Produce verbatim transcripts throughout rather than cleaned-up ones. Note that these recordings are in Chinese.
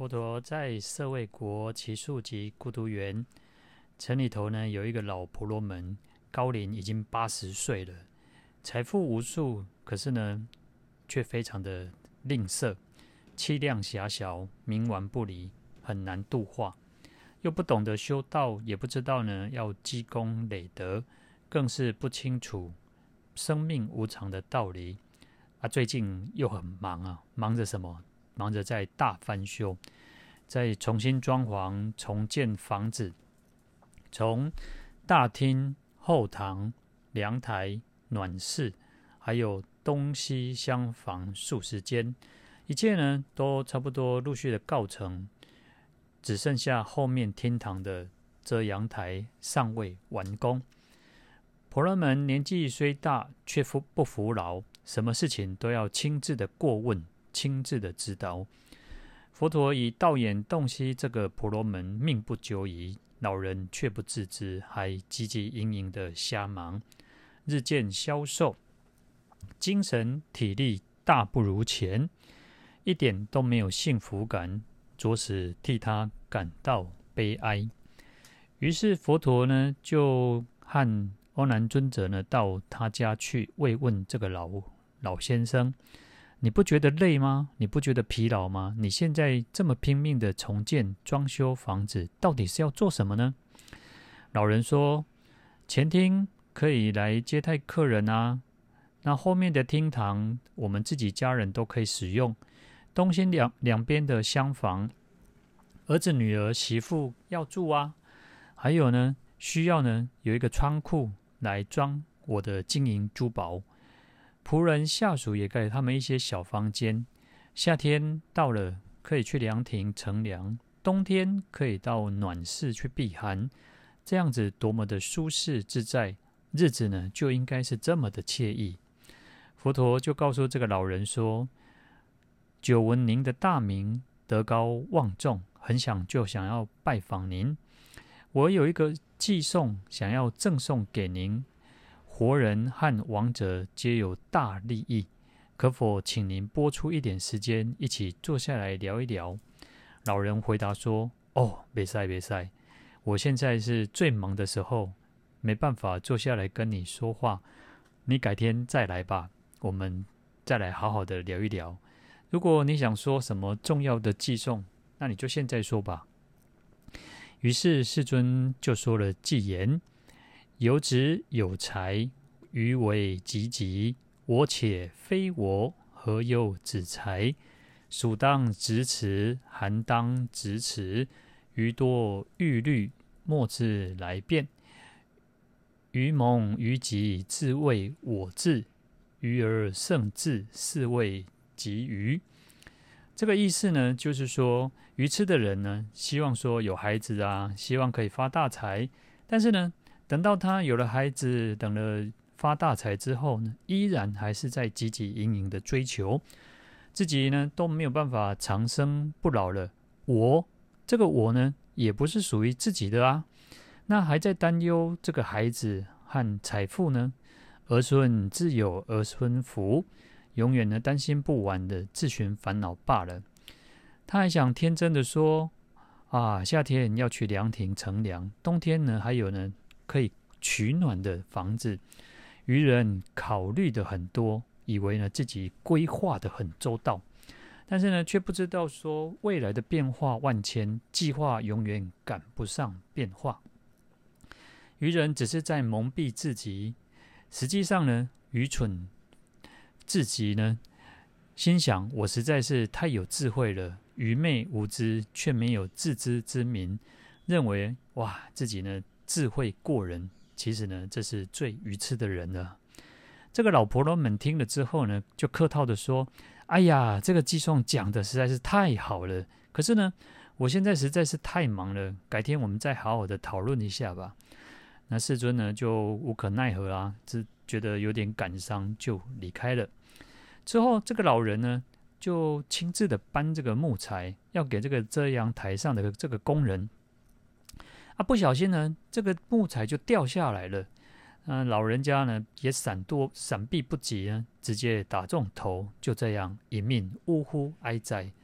佛陀在舍卫国祇树及孤独园城里头呢，有一个老婆罗门，高龄已经八十岁了，财富无数，可是呢，却非常的吝啬，气量狭小，冥顽不离，很难度化，又不懂得修道，也不知道呢要积功累德，更是不清楚生命无常的道理啊。最近又很忙啊，忙着什么？忙着在大翻修，在重新装潢、重建房子，从大厅、后堂、阳台、暖室，还有东西厢房数十间，一切呢都差不多陆续的告成，只剩下后面厅堂的遮阳台尚未完工。婆罗门年纪虽大，却不服劳，什么事情都要亲自的过问，亲自的指导。佛陀以道眼洞悉这个婆罗门命不久矣，老人却不自知，还汲汲营营的瞎忙，日渐消瘦，精神体力大不如前，一点都没有幸福感，着实替他感到悲哀。于是佛陀呢，就和欧南尊者呢，到他家去慰问这个老老先生。你不觉得累吗？你不觉得疲劳吗？你现在这么拼命的重建装修房子，到底是要做什么呢？老人说，前厅可以来接待客人啊，那后面的厅堂我们自己家人都可以使用，东西两两边的厢房儿子女儿媳妇要住啊，还有呢需要呢有一个仓库来装我的金银珠宝，仆人下属也给他们一些小房间，夏天到了可以去凉亭乘凉，冬天可以到暖室去避寒，这样子多么的舒适自在，日子呢就应该是这么的惬意。佛陀就告诉这个老人说，久闻您的大名，德高望重，很想就想要拜访您，我有一个寄送想要赠送给您，活人和亡者皆有大利益，可否请您拨出一点时间，一起坐下来聊一聊？老人回答说，哦，别塞别塞，我现在是最忙的时候，没办法坐下来跟你说话，你改天再来吧，我们再来好好的聊一聊。如果你想说什么重要的寄送，那你就现在说吧。于是世尊就说了偈言，有子有财，余为汲汲，我且非我，何有子财？暑当咫尺，寒当咫尺，余多欲虑，莫自来辩。愚蒙愚己，自谓我智，愚而胜智，是谓己愚。这个意思呢，就是说愚痴的人呢，希望说有孩子啊，希望可以发大财，但是呢，等到他有了孩子，等了发大财之后呢，依然还是在汲汲营营的追求，自己呢都没有办法长生不老了。我这个我呢，也不是属于自己的啊，那还在担忧这个孩子和财富呢，儿孙自有儿孙福，永远呢担心不完的自寻烦恼罢了。他还想天真的说啊，夏天要去凉亭乘凉，冬天呢还有呢可以取暖的房子。愚人考虑的很多，以为呢自己规划的很周到，但是呢却不知道说未来的变化万千，计划永远赶不上变化。愚人只是在蒙蔽自己，实际上呢愚蠢自己呢心想，我实在是太有智慧了，愚昧无知，却没有自知之明，认为哇自己呢智慧过人，其实呢这是最愚痴的人了。这个老婆罗门听了之后呢，就客套的说，哎呀，这个寄送讲的实在是太好了，可是呢我现在实在是太忙了，改天我们再好好的讨论一下吧。那世尊呢就无可奈何啊，只觉得有点感伤，就离开了。之后这个老人呢就亲自的搬这个木材，要给这个遮阳台上的这个工人啊，不小心呢这个木材就掉下来了，呃、老人家呢也闪躲闪避不及呢，直接打中头，就这样一命呜呼哀哉。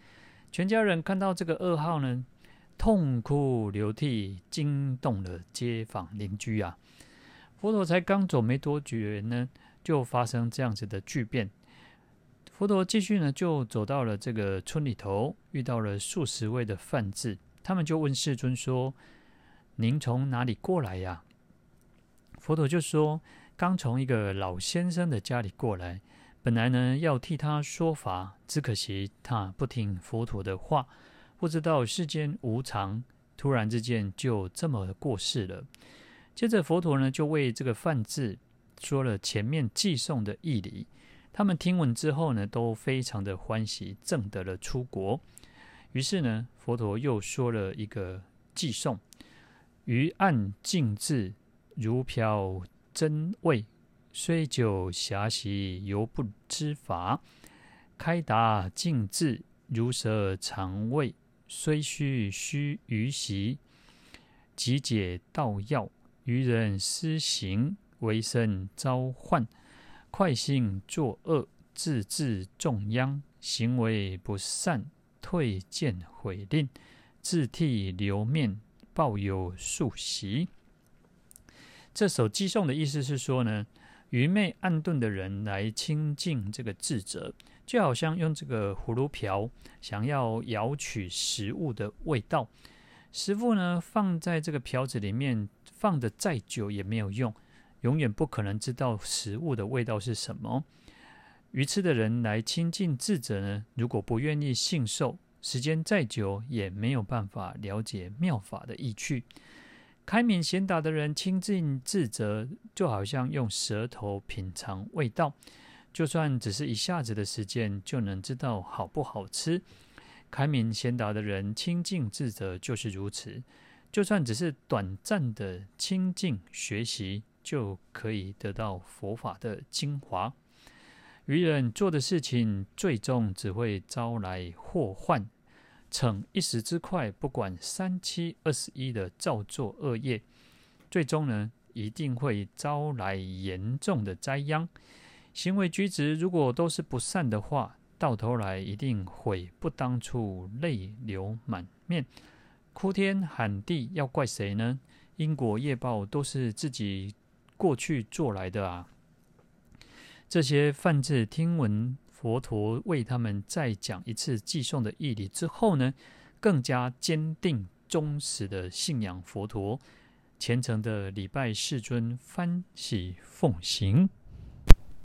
全家人看到这个噩耗呢，痛哭流涕，惊动了街坊邻居啊。佛陀才刚走没多久呢，就发生这样子的巨变。佛陀继续呢，就走到了这个村里头，遇到了数十位的梵志，他们就问世尊说：“您从哪里过来呀？”佛陀就说：“刚从一个老先生的家里过来，本来呢要替他说法，只可惜他不听佛陀的话，不知道世间无常，突然之间就这么过世了。”接着佛陀呢就为这个梵志说了前面寄送的义理。他们听闻之后呢，都非常的欢喜，证得了出国。于是呢，佛陀又说了一个偈颂：于暗静至，如飘真味，虽久暇习，犹不知法。开达静至，如舍常味，虽须须臾习。即解道要，愚人施行，为身遭患。快心作恶，自治众殃，行为不善，退见悔令，自替留面，报有数习。这首偈颂的意思是说呢，愚昧暗钝的人来亲近这个智者，就好像用这个葫芦瓢想要舀取食物的味道，食物呢放在这个瓢子里面，放得再久也没有用，永远不可能知道食物的味道是什么。愚痴的人来亲近智者呢，如果不愿意信受，时间再久也没有办法了解妙法的意趣。开明贤达的人亲近智者，就好像用舌头品尝味道，就算只是一下子的时间，就能知道好不好吃。开明贤达的人亲近智者就是如此，就算只是短暂的亲近学习，就可以得到佛法的精华。愚人做的事情，最终只会招来祸患，逞一时之快，不管三七二十一的造作恶业，最终呢，一定会招来严重的灾殃。行为举止如果都是不善的话，到头来一定悔不当初，泪流满面，哭天喊地，要怪谁呢？因果业报都是自己过去做来的啊！这些梵志听闻佛陀为他们再讲一次偈颂的义理之后呢，更加坚定忠实的信仰佛陀，虔诚的礼拜世尊，欢喜奉行。